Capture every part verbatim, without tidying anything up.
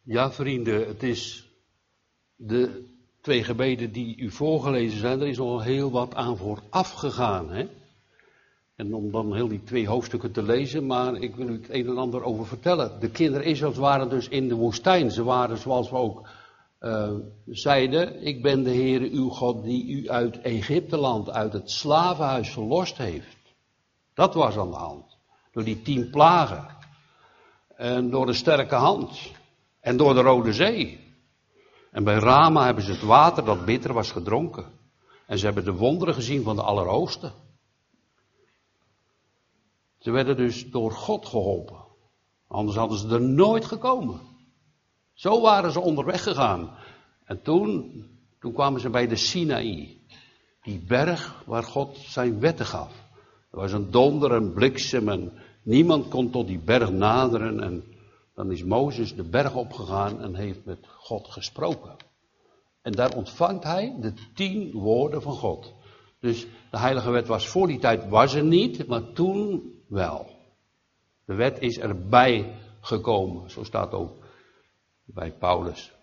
Ja, vrienden, het is de twee gebeden die u voorgelezen zijn, er is al heel wat aan vooraf gegaan, hè? En om dan heel die twee hoofdstukken te lezen, maar ik wil u het een en ander over vertellen. De kinderen Israëls waren dus in de woestijn. Ze waren, zoals we ook uh, zeiden, ik ben de Heere uw God die u uit Egypteland, uit het slavenhuis verlost heeft. Dat was aan de hand. Door die tien plagen. En door de sterke hand. En door de Rode Zee. En bij Rama hebben ze het water dat bitter was gedronken. En ze hebben de wonderen gezien van de Allerhoogste. Ze werden dus door God geholpen. Anders hadden ze er nooit gekomen. Zo waren ze onderweg gegaan. En toen, toen kwamen ze bij de Sinaï. Die berg waar God zijn wetten gaf. Er was een donder en bliksem en niemand kon tot die berg naderen. En dan is Mozes de berg opgegaan en heeft met God gesproken. En daar ontvangt hij de tien woorden van God. Dus de heilige wet was voor die tijd was er niet, maar toen wel. De wet is erbij gekomen, zo staat ook bij Paulus.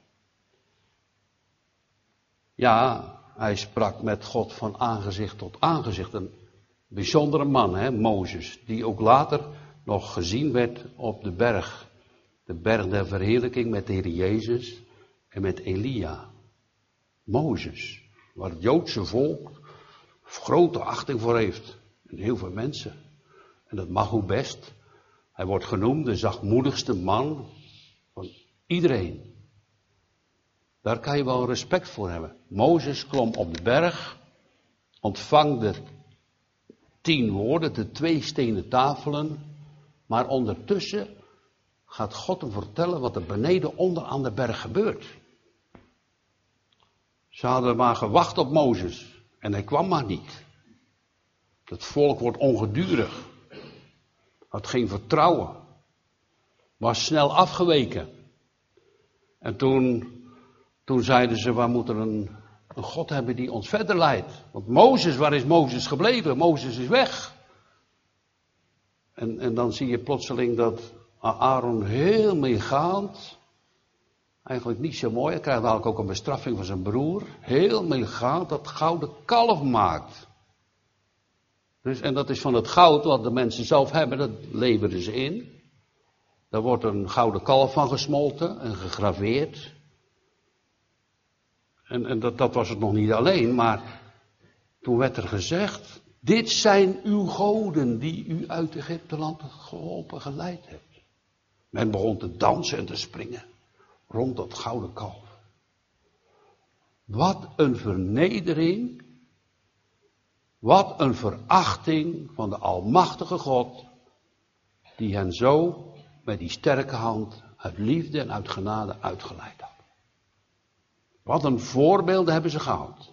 Ja, hij sprak met God van aangezicht tot aangezicht. Een bijzondere man, hè, Mozes, die ook later nog gezien werd op de berg. De berg der verheerlijking met de Heer Jezus en met Elia. Mozes, waar het Joodse volk grote achting voor heeft. En heel veel mensen. En dat mag ook best. Hij wordt genoemd de zachtmoedigste man van iedereen. Daar kan je wel respect voor hebben. Mozes klom op de berg, ontvang de tien woorden, de twee stenen tafelen. Maar ondertussen gaat God hem vertellen wat er beneden onder aan de berg gebeurt. Ze hadden maar gewacht op Mozes. En hij kwam maar niet. Het volk wordt ongedurig. Had geen vertrouwen. Was snel afgeweken. En toen, toen zeiden ze, we moeten een, een God hebben die ons verder leidt. Want Mozes, waar is Mozes gebleven? Mozes is weg. En, en dan zie je plotseling dat Aaron heel meegaand, eigenlijk niet zo mooi, hij krijgt eigenlijk ook een bestraffing van zijn broer, heel meegaand dat gouden kalf maakt. Dus, en dat is van het goud wat de mensen zelf hebben, dat leveren ze in. Daar wordt een gouden kalf van gesmolten en gegraveerd. En, en dat, dat was het nog niet alleen, maar toen werd er gezegd, dit zijn uw goden die u uit Egypteland geholpen, geleid hebt. Men begon te dansen en te springen rond dat gouden kalf. Wat een vernedering. Wat een verachting van de almachtige God. Die hen zo met die sterke hand uit liefde en uit genade uitgeleid had. Wat een voorbeelden hebben ze gehad.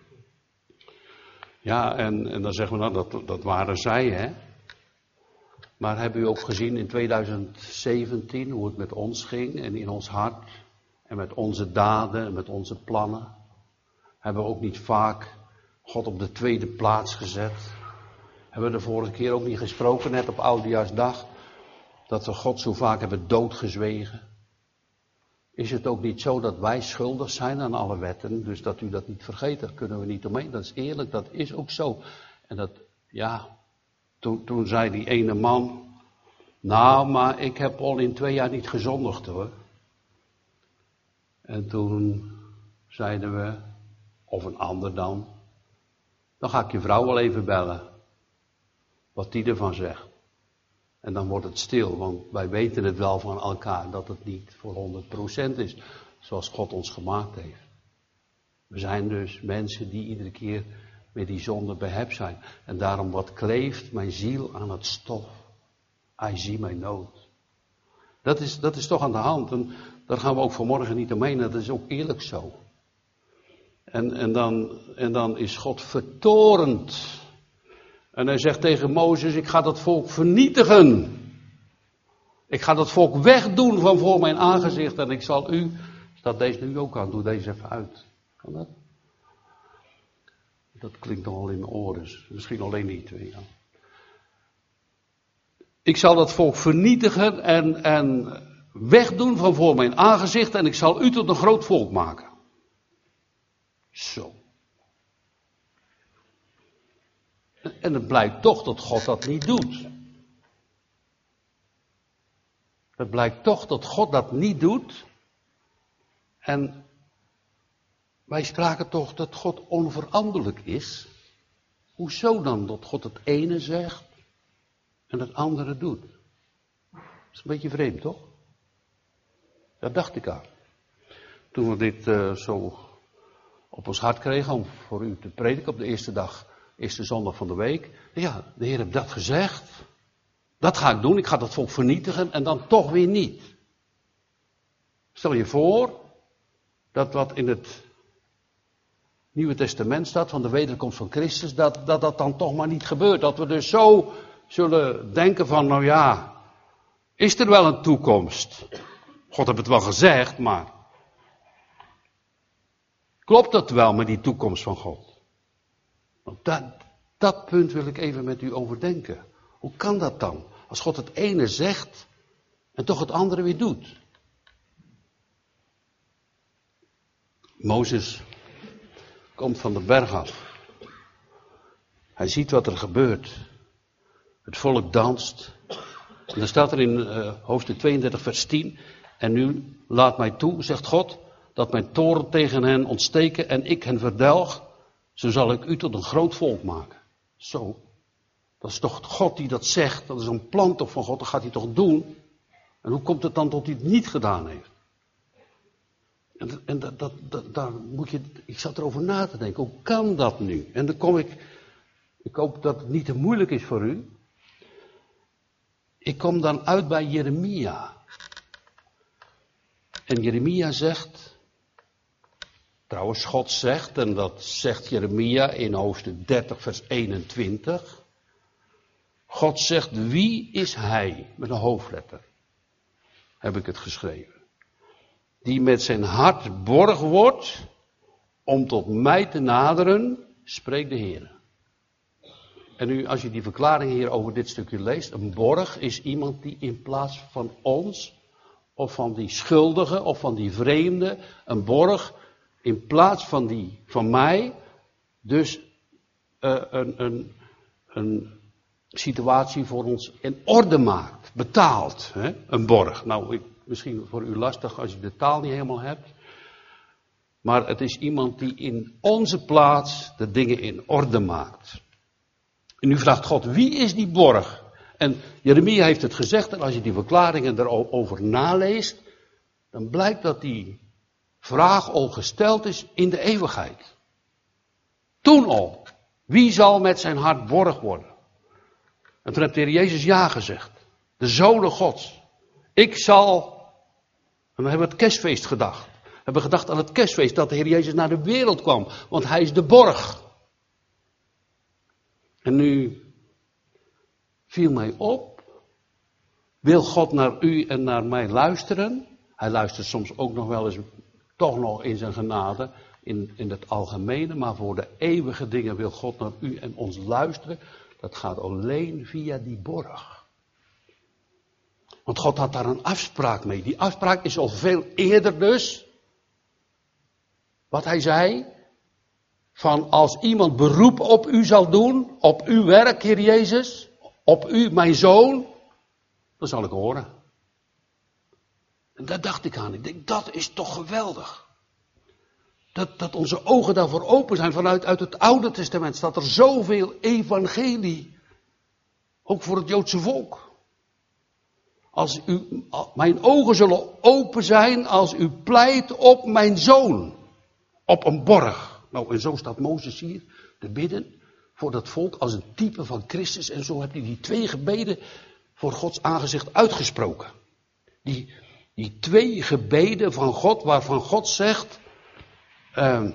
Ja, en, en dan zeggen we nou, dat, dat waren zij, hè. Maar hebben u ook gezien in tweeduizend zeventien hoe het met ons ging en in ons hart en met onze daden en met onze plannen? Hebben we ook niet vaak God op de tweede plaats gezet? Hebben we de vorige keer ook niet gesproken, net op Oudejaarsdag, dat we God zo vaak hebben doodgezwegen? Is het ook niet zo dat wij schuldig zijn aan alle wetten, dus dat u dat niet vergeet, daar kunnen we niet omheen. Dat is eerlijk, dat is ook zo. En dat, ja... Toen, toen zei die ene man, nou, maar ik heb al in twee jaar niet gezondigd hoor. En toen zeiden we, of een ander dan, dan ga ik je vrouw wel even bellen. Wat die ervan zegt. En dan wordt het stil, want wij weten het wel van elkaar, dat het niet voor honderd procent is, zoals God ons gemaakt heeft. We zijn dus mensen die iedere keer met die zonde behept zijn. En daarom wat kleeft mijn ziel aan het stof. Hij zie mijn nood. Dat is, dat is toch aan de hand. En daar gaan we ook vanmorgen niet omheen. Dat is ook eerlijk zo. En, en, dan, en dan is God vertorend. En hij zegt tegen Mozes, ik ga dat volk vernietigen. Ik ga dat volk wegdoen van voor mijn aangezicht. En ik zal u, staat deze nu ook aan, doe deze even uit. Kan dat? Dat klinkt nogal in mijn oren, misschien alleen niet. Ja. Ik zal dat volk vernietigen en, en wegdoen van voor mijn aangezicht en ik zal u tot een groot volk maken. Zo. En het blijkt toch dat God dat niet doet. Het blijkt toch dat God dat niet doet. En wij spraken toch dat God onveranderlijk is. Hoezo dan dat God het ene zegt en het andere doet? Dat is een beetje vreemd, toch? Daar dacht ik aan. Toen we dit uh, zo op ons hart kregen om voor u te prediken op de eerste dag, eerste zondag van de week. Ja, de Heer heeft dat gezegd. Dat ga ik doen, ik ga dat volk vernietigen en dan toch weer niet. Stel je voor dat wat in het Nieuwe Testament staat van de wederkomst van Christus, dat, dat dat dan toch maar niet gebeurt. Dat we dus zo zullen denken van, nou ja, is er wel een toekomst? God heeft het wel gezegd, maar klopt dat wel met die toekomst van God? Want dat, dat punt wil ik even met u overdenken. Hoe kan dat dan? Als God het ene zegt en toch het andere weer doet. Mozes komt van de berg af. Hij ziet wat er gebeurt. Het volk danst. En dan staat er in uh, hoofdstuk tweeëndertig vers tien. En nu laat mij toe, zegt God, dat mijn toorn tegen hen ontsteken en ik hen verdelg. Zo zal ik u tot een groot volk maken. Zo. Dat is toch God die dat zegt. Dat is een plan toch van God. Dat gaat hij toch doen. En hoe komt het dan dat hij het niet gedaan heeft? En, en dat, dat, dat, daar moet je, ik zat erover na te denken. Hoe kan dat nu? En dan kom ik, ik hoop dat het niet te moeilijk is voor u. Ik kom dan uit bij Jeremia. En Jeremia zegt, trouwens God zegt, en dat zegt Jeremia in hoofdstuk dertig vers eenentwintig. God zegt, wie is hij, met een hoofdletter, heb ik het geschreven. Die met zijn hart borg wordt, om tot mij te naderen, spreekt de Heer. En nu, als je die verklaring hier over dit stukje leest, een borg is iemand die in plaats van ons, of van die schuldige, of van die vreemde, een borg, in plaats van die, van mij, dus uh, een, een, een situatie voor ons in orde maakt, betaalt, hè? Een borg. Nou, ik, misschien voor u lastig als je de taal niet helemaal hebt, maar het is iemand die in onze plaats de dingen in orde maakt. En nu vraagt God, wie is die borg? En Jeremia heeft het gezegd, en als je die verklaringen erover naleest, dan blijkt dat die vraag al gesteld is in de eeuwigheid. Toen al. Wie zal met zijn hart borg worden? En toen heeft de Heer Jezus ja gezegd. De Zonen Gods. Ik zal, en dan hebben we het kerstfeest gedacht. We hebben gedacht aan het kerstfeest dat de Heer Jezus naar de wereld kwam. Want hij is de borg. En nu viel mij op. Wil God naar u en naar mij luisteren? Hij luistert soms ook nog wel eens, toch nog in zijn genade, in, in het algemene. Maar voor de eeuwige dingen wil God naar u en ons luisteren. Dat gaat alleen via die borg. Want God had daar een afspraak mee. Die afspraak is al veel eerder dus. Wat hij zei. Van als iemand beroep op u zal doen. Op uw werk, Heer Jezus. Op u, mijn zoon. Dan zal ik horen. En daar dacht ik aan. Ik denk, dat is toch geweldig. Dat, dat onze ogen daarvoor open zijn. Vanuit uit het Oude Testament staat er zoveel evangelie. Ook voor het Joodse volk. Als u, mijn ogen zullen open zijn als u pleit op mijn zoon. Op een borg. Nou, en zo staat Mozes hier te bidden voor dat volk als een type van Christus. En zo heeft hij die twee gebeden voor Gods aangezicht uitgesproken. Die, die twee gebeden van God, waarvan God zegt, uh,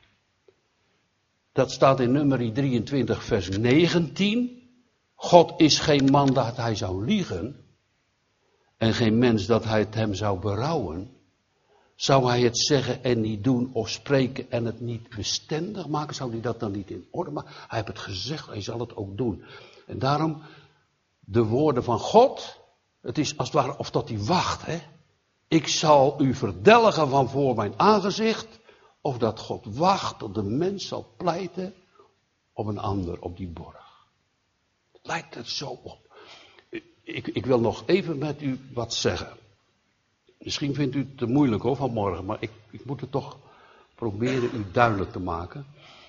dat staat in Numeri drieëntwintig vers negentien. God is geen man dat hij zou liegen. En geen mens dat hij het hem zou berouwen. Zou hij het zeggen en niet doen of spreken en het niet bestendig maken? Zou hij dat dan niet in orde maken? Hij heeft het gezegd, hij zal het ook doen. En daarom, de woorden van God, het is als het ware of dat hij wacht, hè. Ik zal u verdelgen van voor mijn aangezicht, of dat God wacht tot de mens zal pleiten op een ander, op die borg. Het lijkt er zo op. Ik, ik wil nog even met u wat zeggen. Misschien vindt u het te moeilijk hoor vanmorgen, maar ik, ik moet het toch proberen u duidelijk te maken.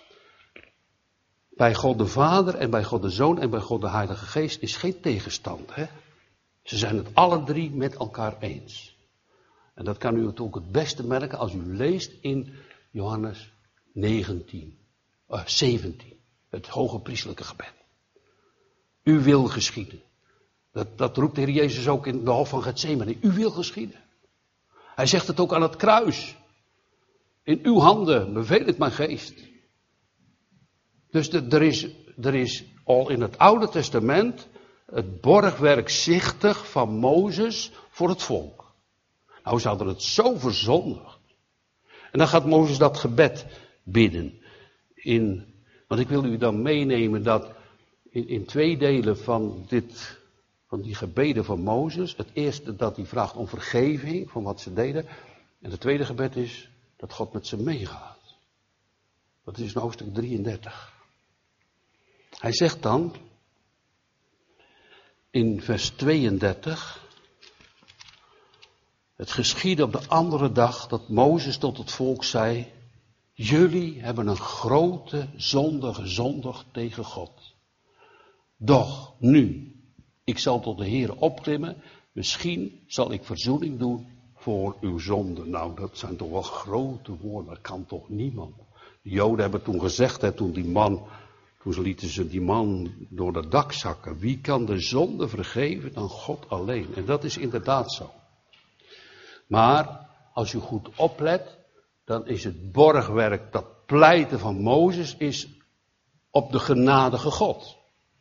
Bij God de Vader en bij God de Zoon en bij God de Heilige Geest is geen tegenstand. Hè? Ze zijn het alle drie met elkaar eens. En dat kan u het ook het beste merken als u leest in Johannes negentien, uh, zeventien. Het hoge priestelijke gebed. U wil geschieden. Dat, dat roept de Heer Jezus ook in de hof van Getsemane. U wil geschieden. Hij zegt het ook aan het kruis. In uw handen beveel ik mijn geest. Dus de, er, is, er is al in het Oude Testament het borgwerk zichtig van Mozes voor het volk. Nou, ze hadden het zo verzondigd. En dan gaat Mozes dat gebed bidden. In, want ik wil u dan meenemen dat in, in twee delen van, dit, van die gebeden van Mozes. Het eerste dat hij vraagt om vergeving van wat ze deden. En het tweede gebed is dat God met ze meegaat. Dat is in hoofdstuk drieëndertig. Hij zegt dan in vers tweeëndertig. Het geschiedde op de andere dag dat Mozes tot het volk zei: jullie hebben een grote zonde gezondigd tegen God. Doch nu, ik zal tot de Heere opklimmen, misschien zal ik verzoening doen voor uw zonde. Nou, dat zijn toch wel grote woorden, dat kan toch niemand. De Joden hebben toen gezegd, hè, toen die man, toen ze lieten ze die man door het dak zakken. Wie kan de zonde vergeven dan God alleen? En dat is inderdaad zo. Maar als u goed oplet, dan is het borgwerk, dat pleiten van Mozes, is op de genadige God.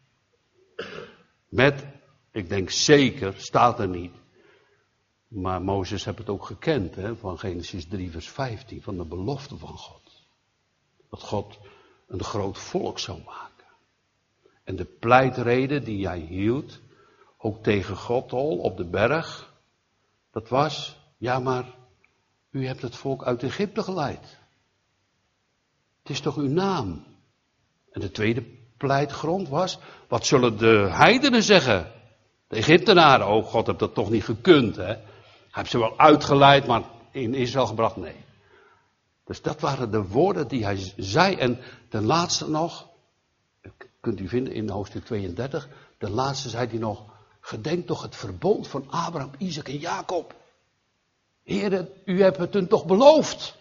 Met, ik denk zeker, staat er niet. Maar Mozes heeft het ook gekend, hè, van Genesis drie vers vijftien, van de belofte van God. Dat God een groot volk zou maken. En de pleitrede die hij hield, ook tegen God al op de berg, dat was: ja, maar u hebt het volk uit Egypte geleid. Het is toch uw naam? En de tweede pleitgrond was: wat zullen de heidenen zeggen? De Egyptenaren, oh God, heeft dat toch niet gekund, hè? Hij heeft ze wel uitgeleid, maar in Israël gebracht, nee. Dus dat waren de woorden die hij zei. En de laatste nog, kunt u vinden in hoofdstuk tweeëndertig, de laatste zei hij nog: gedenk toch het verbond van Abraham, Isaac en Jacob. Heere, u hebt het hun toch beloofd.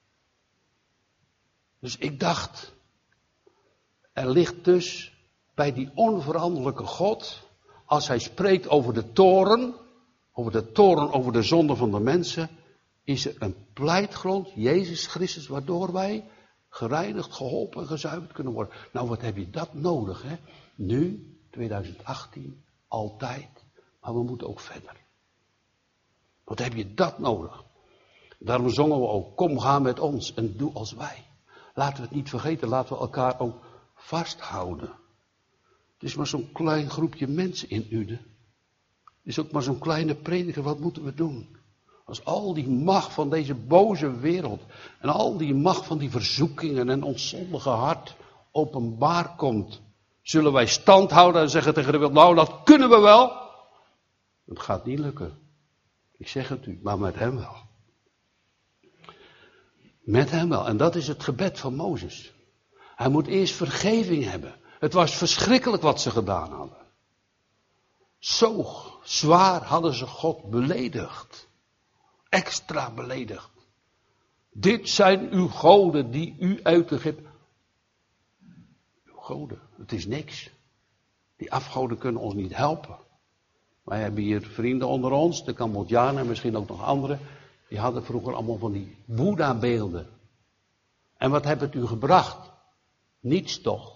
Dus ik dacht, er ligt dus bij die onveranderlijke God, als hij spreekt over de toren, over de toren over de zonde van de mensen, is er een pleitgrond, Jezus Christus, waardoor wij gereinigd, geholpen en gezuiverd kunnen worden. Nou, wat heb je dat nodig, hè? Nu, tweeduizend achttien, altijd, maar we moeten ook verder. Wat heb je dat nodig? Daarom zongen we ook: kom, ga met ons en doe als wij. Laten we het niet vergeten, laten we elkaar ook vasthouden. Het is maar zo'n klein groepje mensen in Uden. Het is ook maar zo'n kleine prediker, wat moeten we doen? Als al die macht van deze boze wereld en al die macht van die verzoekingen en ons zondige hart openbaar komt, zullen wij stand houden en zeggen tegen de wereld: nou, dat kunnen we wel. Het gaat niet lukken. Ik zeg het u, maar met hem wel. Met hem wel. En dat is het gebed van Mozes. Hij moet eerst vergeving hebben. Het was verschrikkelijk wat ze gedaan hadden. Zo zwaar hadden ze God beledigd. Extra beledigd. Dit zijn uw goden die u uit Egypte. Uw goden, het is niks. Die afgoden kunnen ons niet helpen. Wij hebben hier vrienden onder ons, de Cambodjanen en misschien ook nog anderen. Die hadden vroeger allemaal van die Boeddha-beelden. En wat heeft het u gebracht? Niets toch?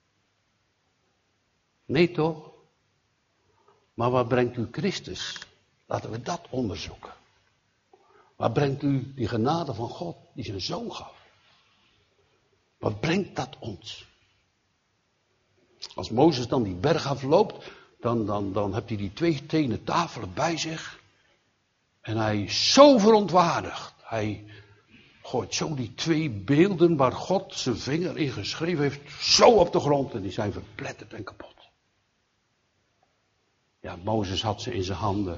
Nee toch? Maar wat brengt u Christus? Laten we dat onderzoeken. Wat brengt u die genade van God die zijn zoon gaf? Wat brengt dat ons? Als Mozes dan die berg afloopt, dan, dan, dan hebt hij die twee stenen tafelen bij zich. En hij is zo verontwaardigd. Hij gooit zo die twee beelden waar God zijn vinger in geschreven heeft, zo op de grond. En die zijn verpletterd en kapot. Ja, Mozes had ze in zijn handen.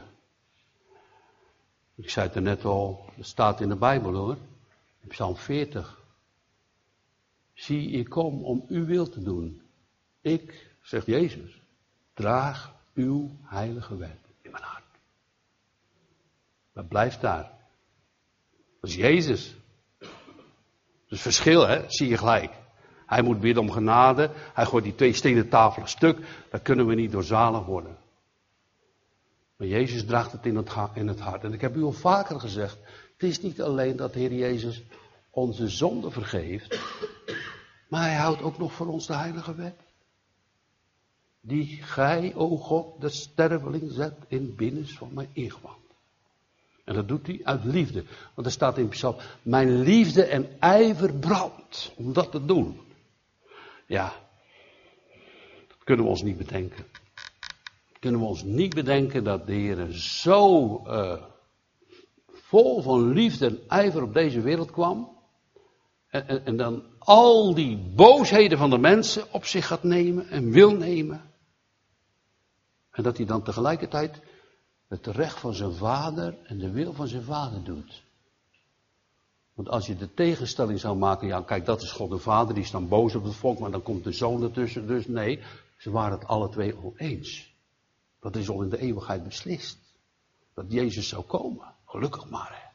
Ik zei het er net al, het staat in de Bijbel hoor. In Psalm veertig. Zie, ik kom om uw wil te doen. Ik, zegt Jezus, draag uw heilige wet in mijn hart. Dat blijft daar. Dat is Jezus. Dat is verschil, hè? Zie je gelijk. Hij moet bidden om genade. Hij gooit die twee stenen tafelen stuk. Daar kunnen we niet door zalig worden. Maar Jezus draagt het in het, in het hart. En ik heb u al vaker gezegd. Het is niet alleen dat de Heer Jezus onze zonde vergeeft. Maar hij houdt ook nog voor ons de heilige wet. Die gij, o God, de sterveling zet in binnens van mijn ingewand. En dat doet hij uit liefde. Want er staat in Psalm, mijn liefde en ijver brandt om dat te doen. Ja, dat kunnen we ons niet bedenken. Kunnen we ons niet bedenken dat de Heer zo uh, vol van liefde en ijver op deze wereld kwam. En, en, en dan al die boosheden van de mensen op zich gaat nemen en wil nemen. En dat hij dan tegelijkertijd het recht van zijn vader en de wil van zijn vader doet. Want als je de tegenstelling zou maken, ja kijk dat is God de Vader, die is dan boos op het volk, maar dan komt de Zoon ertussen. Dus nee, ze waren het alle twee oneens. Dat is al in de eeuwigheid beslist. Dat Jezus zou komen. Gelukkig maar hè.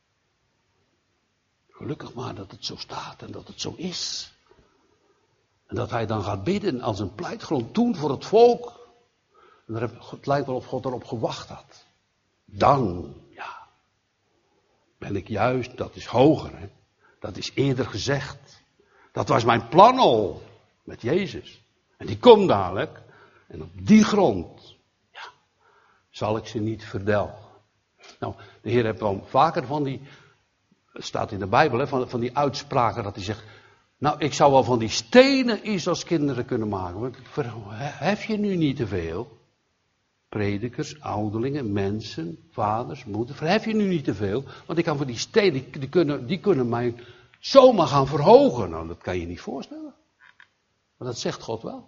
Gelukkig maar dat het zo staat en dat het zo is. En dat hij dan gaat bidden als een pleitgrond doen voor het volk. En daar heb, het lijkt wel of God erop gewacht had. Dan, ja, ben ik juist, dat is hoger, hè. Dat is eerder gezegd. Dat was mijn plan al, met Jezus. En die komt dadelijk. En op die grond, ja, zal ik ze niet verdelgen. Nou, de Heer heeft wel vaker van die, het staat in de Bijbel, hè, van, van die uitspraken dat hij zegt, nou, ik zou wel van die stenen Israëlskinderen kunnen maken. Want heb je nu niet te veel? Predikers, ouderlingen, mensen, vaders, moeders. Verhef je nu niet te veel? Want ik kan van die stenen, die, die, kunnen, die kunnen mij zomaar gaan verhogen. Nou, dat kan je niet voorstellen. Maar dat zegt God wel.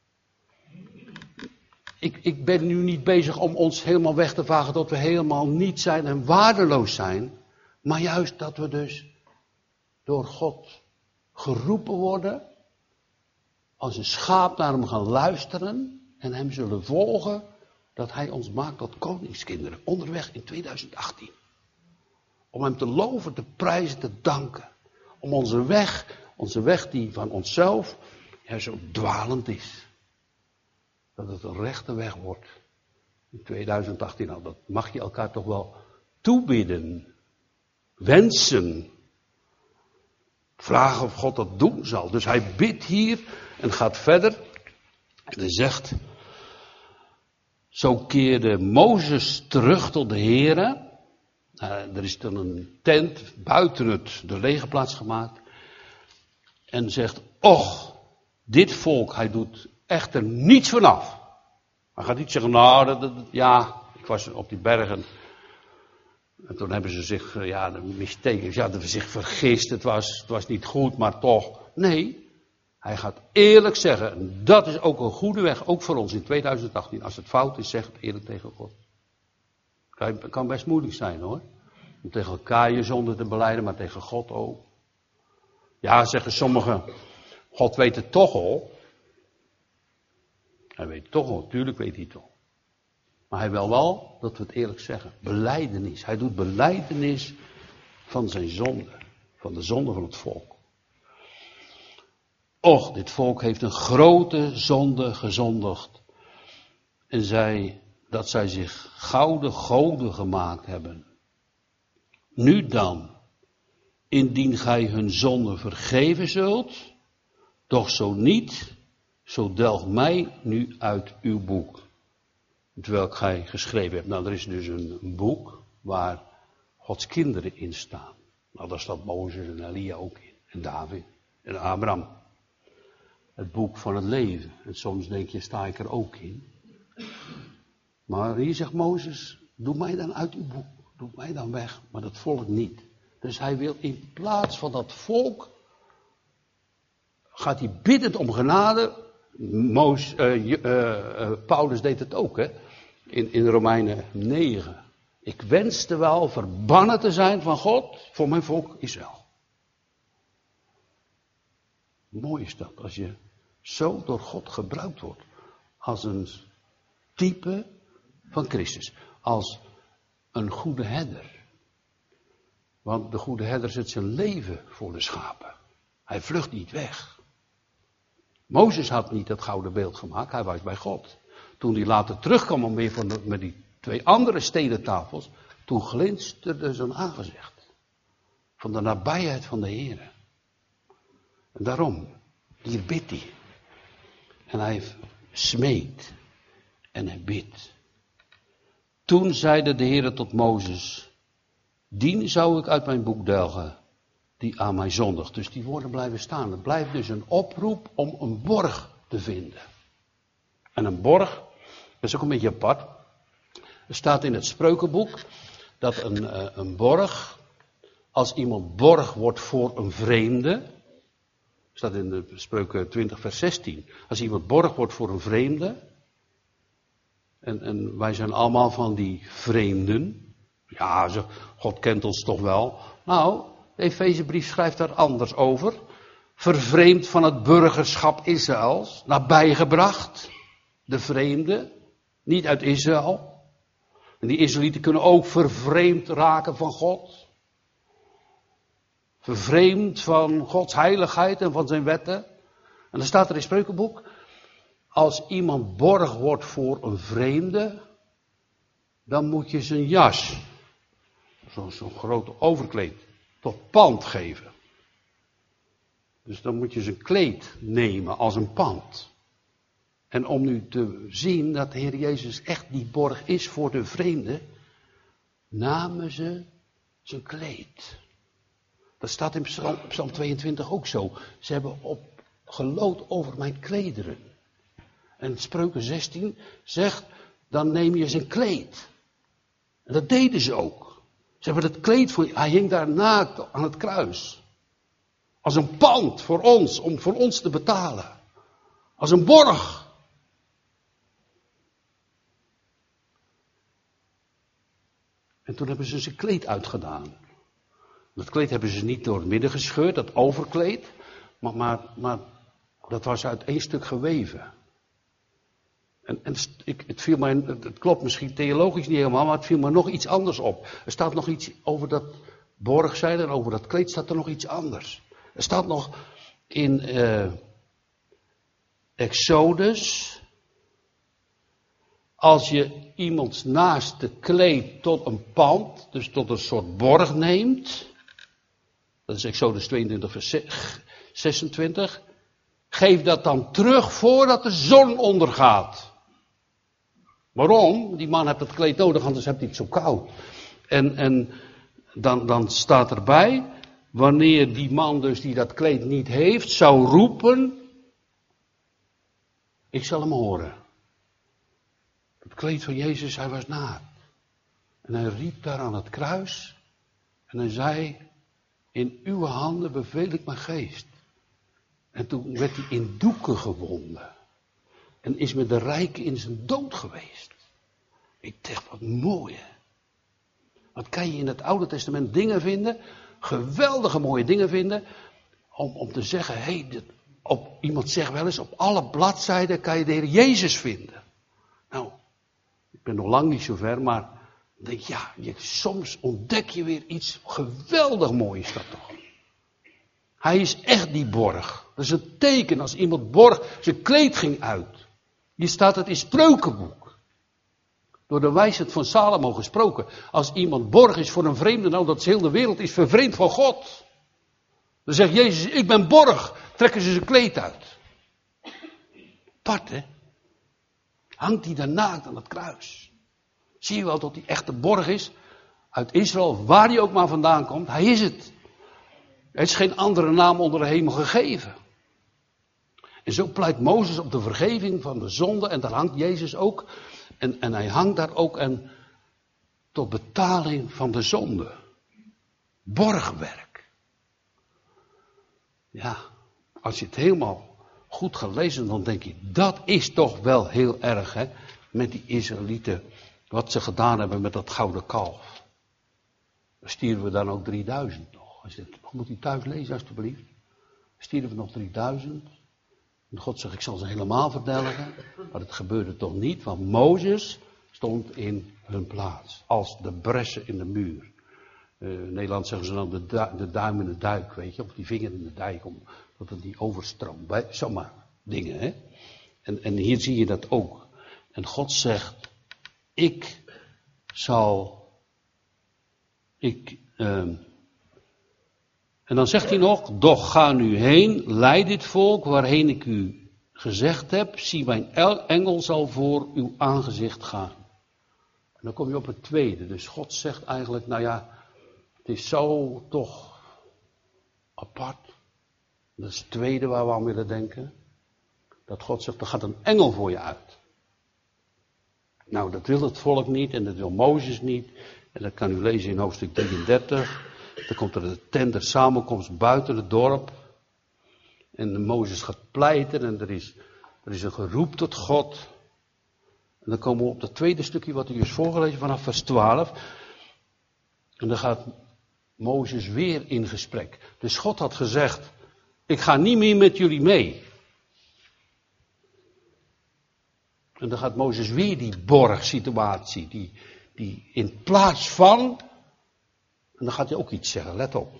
Ik, ik ben nu niet bezig om ons helemaal weg te vagen dat we helemaal niet zijn en waardeloos zijn. Maar juist dat we dus door God geroepen worden. Als een schaap naar hem gaan luisteren en hem zullen volgen. Dat hij ons maakt tot koningskinderen. Onderweg in tweeduizend achttien. Om hem te loven, te prijzen, te danken. Om onze weg, onze weg die van onszelf ja, zo dwalend is. Dat het een rechte weg wordt. In tweeduizend achttien. Nou, dat mag je elkaar toch wel toebidden. Wensen. Vragen of God dat doen zal. Dus hij bidt hier en gaat verder. En hij zegt. Zo keerde Mozes terug tot de Here. Uh, er is dan een tent buiten het, de legerplaats gemaakt. En zegt, och, dit volk, hij doet echter niets vanaf. Hij gaat niet zeggen, nou, dat, dat, ja, ik was op die bergen. En toen hebben ze zich, ja, de mistekens, ja, hadden ze zich vergist. Het was, het was niet goed, maar toch. Nee. Hij gaat eerlijk zeggen, en dat is ook een goede weg, ook voor ons in tweeduizend achttien. Als het fout is, zeg het eerlijk tegen God. Het kan best moeilijk zijn hoor. Om tegen elkaar je zonde te belijden, maar tegen God ook. Ja, zeggen sommigen, God weet het toch al. Hij weet het toch al, tuurlijk weet hij het al. Maar hij wil wel dat we het eerlijk zeggen. Belijdenis. Hij doet belijdenis van zijn zonde. Van de zonde van het volk. Och, dit volk heeft een grote zonde gezondigd. En zij, dat zij zich gouden goden gemaakt hebben. Nu dan, indien gij hun zonde vergeven zult, doch zo niet, zo delg mij nu uit uw boek. Terwijl gij geschreven hebt. Nou, er is dus een, een boek waar Gods kinderen in staan. Nou, daar staat Mozes en Elia ook in. En David en Abraham. Het boek van het leven. En soms denk je, sta ik er ook in. Maar hier zegt Mozes, doe mij dan uit uw boek. roep mij dan weg, maar dat volk niet. Dus hij wil in plaats van dat volk, gaat hij biddend om genade. Moos, uh, uh, uh, Paulus deed het ook, hè? In, in Romeinen negen. Ik wenste wel verbannen te zijn van God voor mijn volk Israël. Mooi is dat, als je zo door God gebruikt wordt. Als een type van Christus. Als een goede herder. Want de goede herder zet zijn leven voor de schapen. Hij vlucht niet weg. Mozes had niet dat gouden beeld gemaakt, hij was bij God. Toen hij later terugkwam om weer van de, met die twee andere stedentafels, toen glinsterde zijn aangezicht. Van de nabijheid van de Heer. En daarom, hier bidt hij. En hij smeekt. En hij bidt. Toen zeide de Heer tot Mozes, dien zou ik uit mijn boek delgen, die aan mij zondigt. Dus die woorden blijven staan. Het blijft dus een oproep om een borg te vinden. En een borg, dat is ook een beetje apart. Er staat in het Spreukenboek dat een, een borg, als iemand borg wordt voor een vreemde, staat in de Spreuken twintig vers zestien. Als iemand borg wordt voor een vreemde, en, en wij zijn allemaal van die vreemden. Ja, zo, God kent ons toch wel. Nou, de Efezebrief schrijft daar anders over. Vervreemd van het burgerschap Israëls, nabijgebracht. De vreemde, niet uit Israël. En die Israëlieten kunnen ook vervreemd raken van God. Vervreemd van Gods heiligheid en van zijn wetten. En dan staat er in het Spreukenboek, als iemand borg wordt voor een vreemde, dan moet je zijn jas, zo'n zo grote overkleed, tot pand geven. Dus dan moet je zijn kleed nemen als een pand. En om nu te zien dat de Heer Jezus echt die borg is voor de vreemde, namen ze zijn kleed. Dat staat in Psalm, Psalm tweeëntwintig ook zo. Ze hebben op geloot over mijn klederen. En Spreuken zestien zegt, dan neem je zijn kleed. En dat deden ze ook. Ze hebben het kleed voor, hij hing daar naakt aan het kruis. Als een pand voor ons, om voor ons te betalen. Als een borg. En toen hebben ze zijn kleed uitgedaan. Dat kleed hebben ze niet door het midden gescheurd, dat overkleed. Maar, maar, maar dat was uit één stuk geweven. En, en ik, het, viel mij, het klopt misschien theologisch niet helemaal, maar het viel me nog iets anders op. Er staat nog iets over dat borg zijn en over dat kleed staat er nog iets anders. Er staat nog in uh, Exodus, als je iemands naaste kleed tot een pand, dus tot een soort borg neemt, dat is Exodus tweeëntwintig vers zesentwintig, geef dat dan terug voordat de zon ondergaat. Waarom? Die man heeft het kleed nodig, anders heeft hij het zo koud. En, en dan, dan staat erbij, wanneer die man dus die dat kleed niet heeft, zou roepen, ik zal hem horen. Het kleed van Jezus, hij was naakt. En hij riep daar aan het kruis. En hij zei, in uw handen beveel ik mijn geest. En toen werd hij in doeken gewonden. En is met de rijken in zijn dood geweest. Ik dacht, wat mooi hè. Wat kan je in het Oude Testament dingen vinden. Geweldige mooie dingen vinden. Om, om te zeggen, hé, hey, op, iemand zegt wel eens, op alle bladzijden kan je de Heer Jezus vinden. Nou, ik ben nog lang niet zo ver, maar ik denk, ja, je, soms ontdek je weer iets geweldig moois is dat toch. Hij is echt die borg. Dat is een teken als iemand borg, zijn kleed ging uit. Hier staat het in Spreukenboek. Door de wijsheid van Salomo gesproken. Als iemand borg is voor een vreemde, nou dat heel de wereld is vervreemd van God. Dan zegt Jezus, ik ben borg. Trekken ze zijn kleed uit. Apart hè. Hangt hij daar naakt aan het kruis. Zie je wel dat hij echt de borg is. Uit Israël, waar hij ook maar vandaan komt. Hij is het. Er is geen andere naam onder de hemel gegeven. En zo pleit Mozes op de vergeving van de zonde. En daar hangt Jezus ook. En, en hij hangt daar ook. En tot betaling van de zonde. Borgwerk. Ja, als je het helemaal goed gaat lezen, dan denk je, dat is toch wel heel erg, hè, met die Israëlieten, wat ze gedaan hebben met dat gouden kalf. Dan stierven we dan ook drieduizend nog. Als je het, moet je thuis lezen, alstublieft. Stierven we nog drieduizend. En God zegt, ik zal ze helemaal verdelgen. Maar het gebeurde toch niet, want Mozes stond in hun plaats. Als de bressen in de muur. Uh, in Nederland zeggen ze dan de, du- de duim in de duik, weet je. Of die vinger in de dijk, omdat het niet overstroomt. Bij, zomaar dingen, hè. En, en hier zie je dat ook. En God zegt, ik zal... Ik... Uh, En dan zegt hij nog, doch ga nu heen, leid dit volk waarheen ik u gezegd heb, zie mijn engel zal voor uw aangezicht gaan. En dan kom je op het tweede, dus God zegt eigenlijk, nou ja, het is zo toch apart. Dat is het tweede waar we aan willen denken. Dat God zegt, er gaat een engel voor je uit. Nou, dat wil het volk niet en dat wil Mozes niet. En dat kan u lezen in hoofdstuk drieëndertig. Dan komt er een tent der samenkomst buiten het dorp. En Mozes gaat pleiten en er is, er is een geroep tot God. En dan komen we op het tweede stukje wat u is voorgelezen vanaf vers twaalf. En dan gaat Mozes weer in gesprek. Dus God had gezegd, ik ga niet meer met jullie mee. En dan gaat Mozes weer die borgsituatie, die, die in plaats van... En dan gaat hij ook iets zeggen, let op.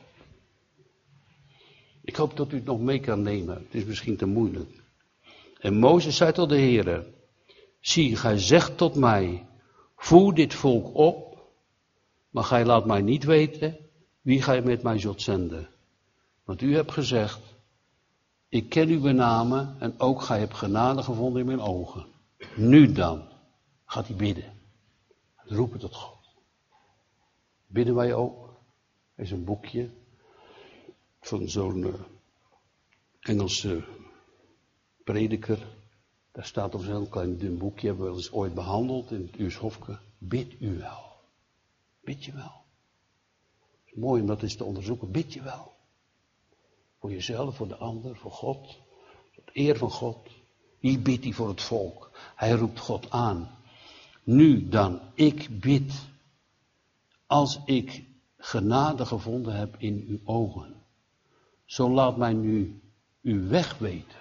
Ik hoop dat u het nog mee kan nemen, het is misschien te moeilijk. En Mozes zei tot de Heere, zie, gij zegt tot mij, voer dit volk op, maar gij laat mij niet weten wie gij met mij zult zenden. Want u hebt gezegd, ik ken uw namen en ook gij hebt genade gevonden in mijn ogen. Nu dan, gaat hij bidden. Roepen tot God. Bidden wij ook. Er is een boekje van zo'n uh, Engelse prediker. Daar staat op zo'n heel klein dun boekje, hebben we wel eens ooit behandeld in het Uurs Hofke. Bid u wel. Bid je wel. Het is mooi om dat eens te onderzoeken. Bid je wel. Voor jezelf, voor de ander, voor God. Voor de eer van God. Wie bidt hij voor het volk? Hij roept God aan. Nu dan, ik bid. Als ik genade gevonden heb in uw ogen. Zo laat mij nu uw weg weten.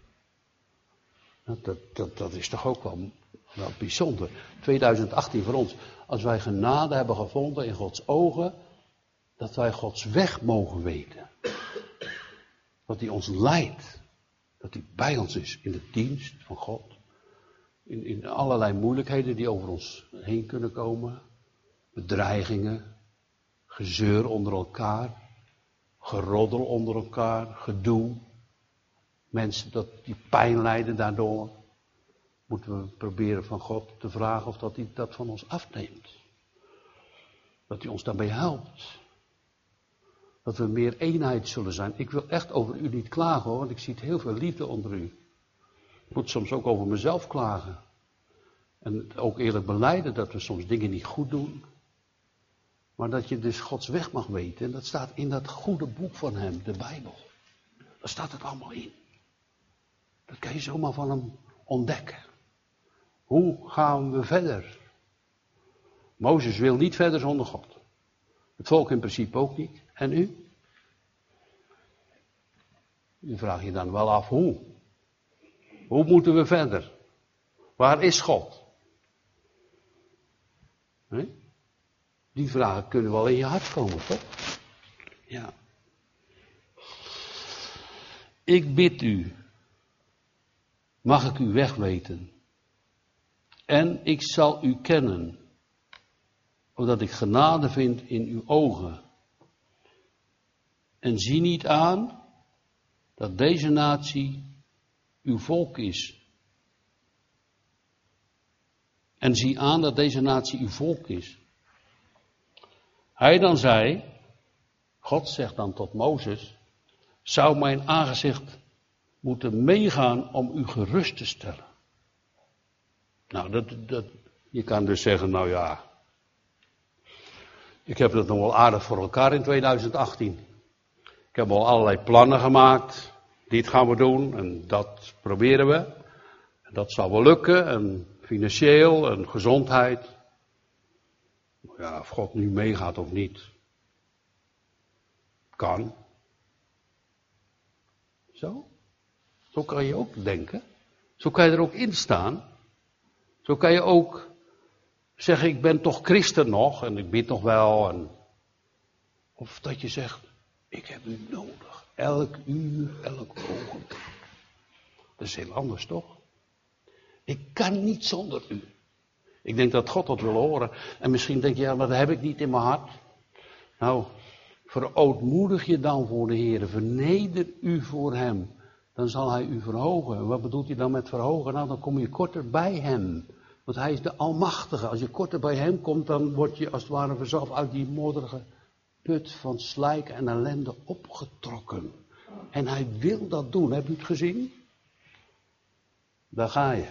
Dat, dat, dat is toch ook wel, wel bijzonder. twintig achttien voor ons. Als wij genade hebben gevonden in Gods ogen. Dat wij Gods weg mogen weten. Dat hij ons leidt. Dat hij bij ons is in de dienst van God. In, in allerlei moeilijkheden die over ons heen kunnen komen. Bedreigingen. Gezeur onder elkaar. Geroddel onder elkaar. Gedoe. Mensen dat die pijn lijden daardoor. Moeten we proberen van God te vragen of dat hij dat van ons afneemt. Dat hij ons daarbij helpt. Dat we meer eenheid zullen zijn. Ik wil echt over u niet klagen hoor, want ik zie heel veel liefde onder u. Ik moet soms ook over mezelf klagen. En ook eerlijk belijden dat we soms dingen niet goed doen. Maar dat je dus Gods weg mag weten. En dat staat in dat goede boek van hem, de Bijbel. Daar staat het allemaal in. Dat kan je zomaar van hem ontdekken. Hoe gaan we verder? Mozes wil niet verder zonder God. Het volk in principe ook niet. En u? U vraagt je dan wel af hoe. Hoe moeten we verder? Waar is God? He? Die vragen kunnen wel in je hart komen, toch? Ja. Ik bid u. Mag ik uw weg weten? En ik zal u kennen. Opdat ik genade vind in uw ogen. En zie niet aan dat deze natie uw volk is. En zie aan dat deze natie uw volk is. Hij dan zei, God zegt dan tot Mozes, zou mijn aangezicht moeten meegaan om u gerust te stellen. Nou, dat, dat, je kan dus zeggen, nou ja, Ik heb het nog wel aardig voor elkaar in tweeduizend achttien. Ik heb al allerlei plannen gemaakt. Dit gaan we doen en dat proberen we. En dat zal wel lukken. En financieel en gezondheid. Ja, of God nu meegaat of niet. Kan. Zo. Zo kan je ook denken. Zo kan je er ook in staan. Zo kan je ook zeggen, ik ben toch christen nog en ik bid nog wel. En... Of dat je zegt, ik heb u nodig. Elk uur, elk ogenblik. Dat is heel anders, toch? Ik kan niet zonder u. Ik denk dat God dat wil horen. En misschien denk je, ja, maar dat heb ik niet in mijn hart. Nou, verootmoedig je dan voor de Heer. Verneder u voor Hem. Dan zal Hij u verhogen. En wat bedoelt hij dan met verhogen? Nou, dan kom je korter bij Hem. Want Hij is de Almachtige. Als je korter bij Hem komt, dan word je als het ware vanzelf uit die modderige put van slijk en ellende opgetrokken. En Hij wil dat doen. Heb je het gezien? Daar ga je.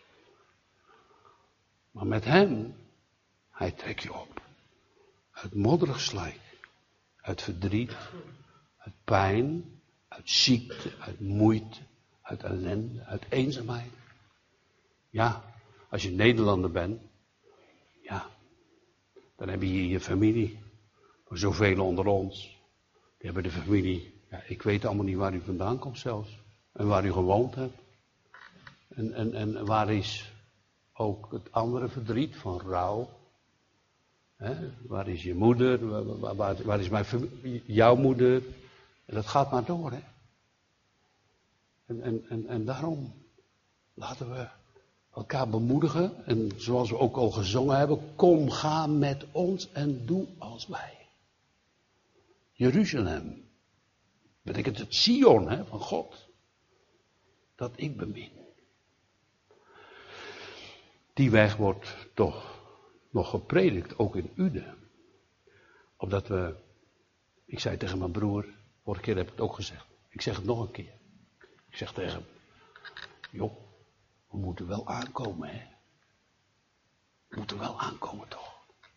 Maar met Hem, Hij trekt je op. Uit modderig slijk. Uit verdriet. Uit pijn. Uit ziekte. Uit moeite. Uit ellende. Uit eenzaamheid. Ja, als je Nederlander bent. Ja. Dan heb je hier je familie. Maar zoveel onder ons. Die hebben de familie. Ja, ik weet allemaal niet waar u vandaan komt zelfs. En waar u gewoond hebt. En, en, en waar is ook het andere verdriet van rouw. Hè? Waar is je moeder? Waar, waar, waar, waar is mijn familie? Jouw moeder? En dat gaat maar door, hè. En, en, en, en daarom laten we elkaar bemoedigen. En zoals we ook al gezongen hebben. Kom, ga met ons en doe als wij. Jeruzalem. Betekent het Sion, hè, van God. Dat ik bemin. Die weg wordt toch nog gepredikt, ook in Uden. Opdat we, ik zei tegen mijn broer, vorige keer heb ik het ook gezegd. Ik zeg het nog een keer. Ik zeg tegen hem, joh, we moeten wel aankomen, hè. We moeten wel aankomen, toch.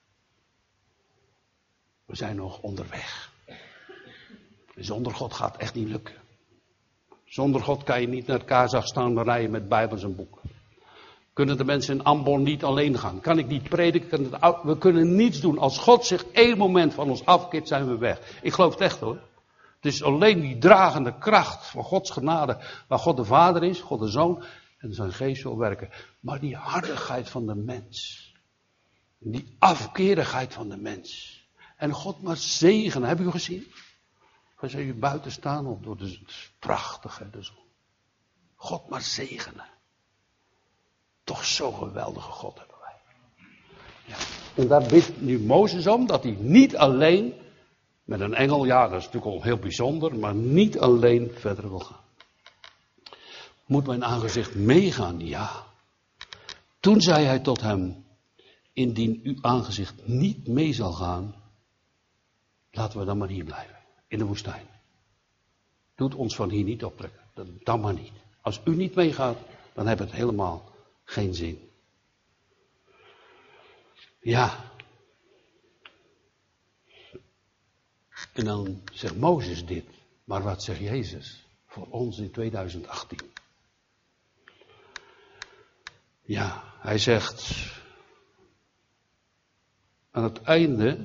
We zijn nog onderweg. Zonder God gaat het echt niet lukken. Zonder God kan je niet naar Kazach staan rijden met Bijbels en boeken. Kunnen de mensen in Ambon niet alleen gaan? Kan ik niet prediken? We kunnen niets doen. Als God zich één moment van ons afkeert, zijn we weg. Ik geloof het echt hoor. Het is alleen die dragende kracht van Gods genade, waar God de Vader is, God de Zoon en zijn geest wil werken. Maar die hardigheid van de mens. Die afkerigheid van de mens. En God maar zegenen. Hebben u gezien? Als je buiten staan op door de prachtige de zon. God maar zegenen. Toch zo'n geweldige God hebben wij. Ja. En daar bidt nu Mozes om, dat hij niet alleen met een engel, ja dat is natuurlijk al heel bijzonder, maar niet alleen verder wil gaan. Moet mijn aangezicht meegaan? Ja. Toen zei hij tot hem, indien uw aangezicht niet mee zal gaan, laten we dan maar hier blijven, in de woestijn. Doet ons van hier niet optrekken, dan maar niet. Als u niet meegaat, dan hebben we het helemaal geen zin. Ja. En dan zegt Mozes dit. Maar wat zegt Jezus voor ons in tweeduizend achttien? Ja, hij zegt aan het einde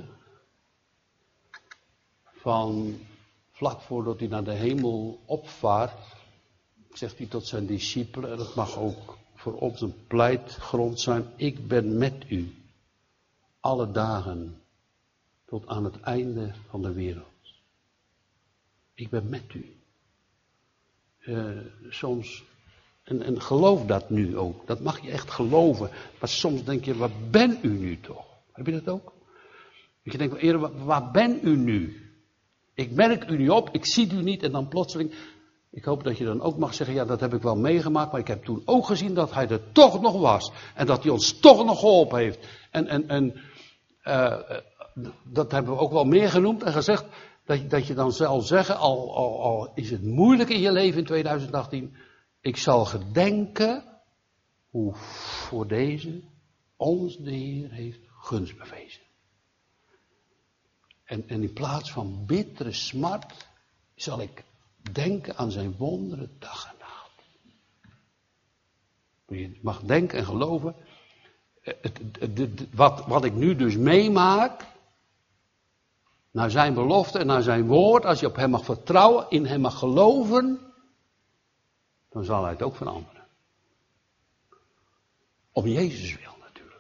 van vlak voordat hij naar de hemel opvaart, zegt hij tot zijn discipelen, en dat mag ook voor ons een pleitgrond zijn, ik ben met u alle dagen tot aan het einde van de wereld. Ik ben met u. Uh, soms, en, en geloof dat nu ook, dat mag je echt geloven, maar soms denk je, waar ben u nu toch? Heb je dat ook? Dat je denkt, eerder, waar, waar ben u nu? Ik merk u niet op, ik zie u niet en dan plotseling. Ik hoop dat je dan ook mag zeggen, ja dat heb ik wel meegemaakt, maar ik heb toen ook gezien dat hij er toch nog was. En dat hij ons toch nog geholpen heeft. En, en, en uh, dat hebben we ook wel meer genoemd en gezegd, dat, dat je dan zal zeggen, al, al, al is het moeilijk in je leven in tweeduizend achttien, ik zal gedenken hoe voor deze ons de Heer heeft gunst bewezen. En, en in plaats van bittere smart zal ik denken aan zijn wonderen dag en nacht. Je mag denken en geloven. Het, het, het, het, wat, wat ik nu dus meemaak, naar zijn belofte en naar zijn woord, als je op hem mag vertrouwen, in hem mag geloven, dan zal hij het ook veranderen. Om Jezus wil natuurlijk.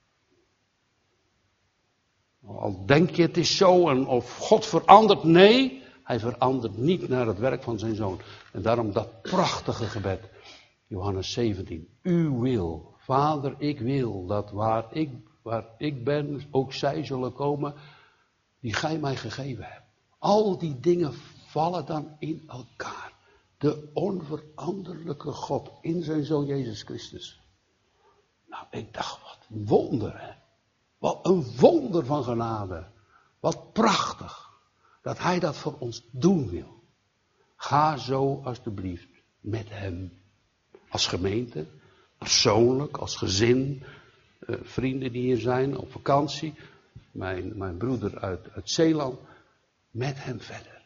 Al denk je het is zo en of God verandert, nee, hij verandert niet naar het werk van zijn zoon. En daarom dat prachtige gebed, Johannes zeventien. Uw wil, Vader, ik wil dat waar ik, waar ik ben, ook zij zullen komen die gij mij gegeven hebt. Al die dingen vallen dan in elkaar. De onveranderlijke God in zijn zoon Jezus Christus. Nou, ik dacht, wat een wonder, hè. Wat een wonder van genade. Wat prachtig. Dat hij dat voor ons doen wil. Ga zo alstublieft met hem. Als gemeente, persoonlijk, als gezin, eh, vrienden die hier zijn, op vakantie. Mijn, mijn broeder uit, uit Zeeland. Met hem verder.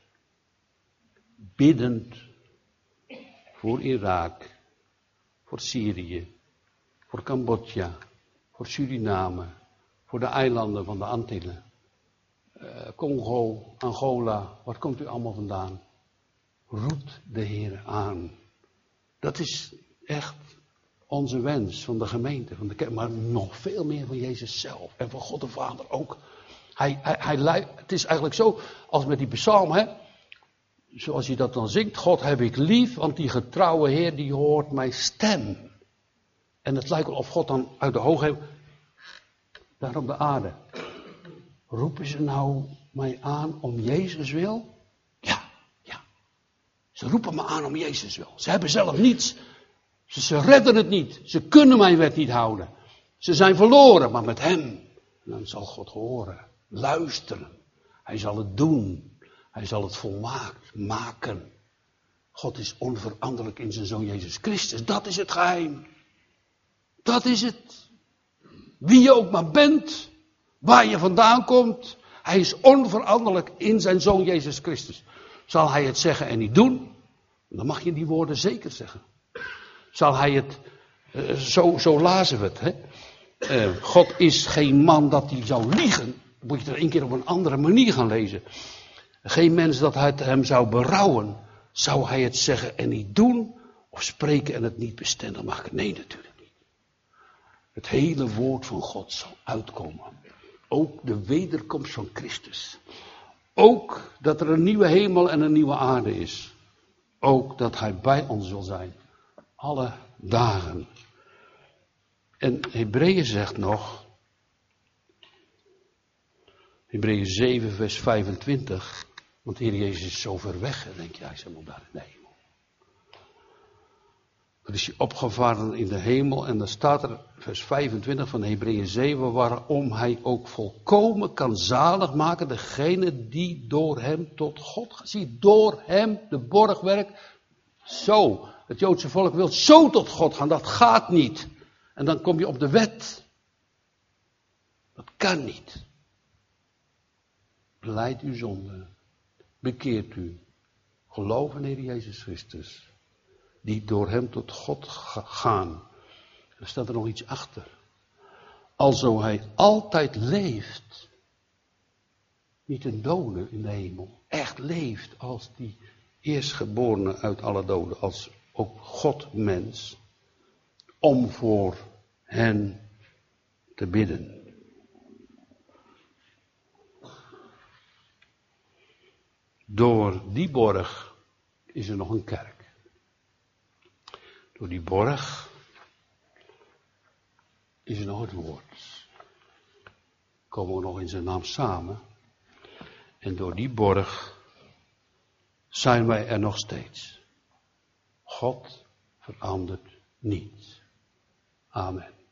Biddend. Voor Irak. Voor Syrië. Voor Cambodja. Voor Suriname. Voor de eilanden van de Antillen. Uh, Congo, Angola. Waar komt u allemaal vandaan? Roept de Heer aan. Dat is echt onze wens van de gemeente, van de kerk, maar nog veel meer van Jezus zelf en van God de Vader ook. Hij, hij, hij, het is eigenlijk zo, als met die psalm, hè, zoals je dat dan zingt, God heb ik lief, want die getrouwe Heer die hoort mijn stem. En het lijkt wel of God dan uit de hoogheid, daar op de aarde, roepen ze nou mij aan om Jezus wil? Ja, ja. Ze roepen me aan om Jezus wil. Ze hebben zelf niets. Ze, ze redden het niet. Ze kunnen mijn wet niet houden. Ze zijn verloren, maar met hem. Dan zal God horen. Luisteren. Hij zal het doen. Hij zal het volmaakt maken. God is onveranderlijk in zijn zoon Jezus Christus. Dat is het geheim. Dat is het. Wie je ook maar bent. Waar je vandaan komt. Hij is onveranderlijk in zijn zoon Jezus Christus. Zal hij het zeggen en niet doen? Dan mag je die woorden zeker zeggen. Zal hij het, uh, zo, zo lazen we het. Hè? Uh, God is geen man dat hij zou liegen. Dan moet je er een keer op een andere manier gaan lezen. Geen mens dat hij hem zou berouwen. Zou hij het zeggen en niet doen? Of spreken en het niet bestendig maken? Nee, natuurlijk niet. Het hele woord van God zal uitkomen. Ook de wederkomst van Christus. Ook dat er een nieuwe hemel en een nieuwe aarde is. Ook dat hij bij ons wil zijn. Alle dagen. En Hebreeën zegt nog. Hebreeën zeven vers vijfentwintig. Want de Heer Jezus is zo ver weg. En denk je, hij is helemaal daar in de hemel. Dan is hij opgevaren in de hemel. En dan staat er vers vijfentwintig van Hebreeën zeven. Waarom hij ook volkomen kan zalig maken. Degene die door hem tot God gaat. Zie, door hem de borgwerk. Zo. Het Joodse volk wil zo tot God gaan. Dat gaat niet. En dan kom je op de wet. Dat kan niet. Belijd uw zonde. Bekeert u. Geloof in de Heer Jezus Christus. Die door hem tot God gaan. Er staat er nog iets achter. Alzo hij altijd leeft. Niet een dode in de hemel. Echt leeft als die eerstgeborene uit alle doden. Als ook God mens. Om voor hen te bidden. Door die borg is er nog een kerk. Door die borg is er nog het woord. Komen we nog in zijn naam samen. En door die borg zijn wij er nog steeds. God verandert niet. Amen.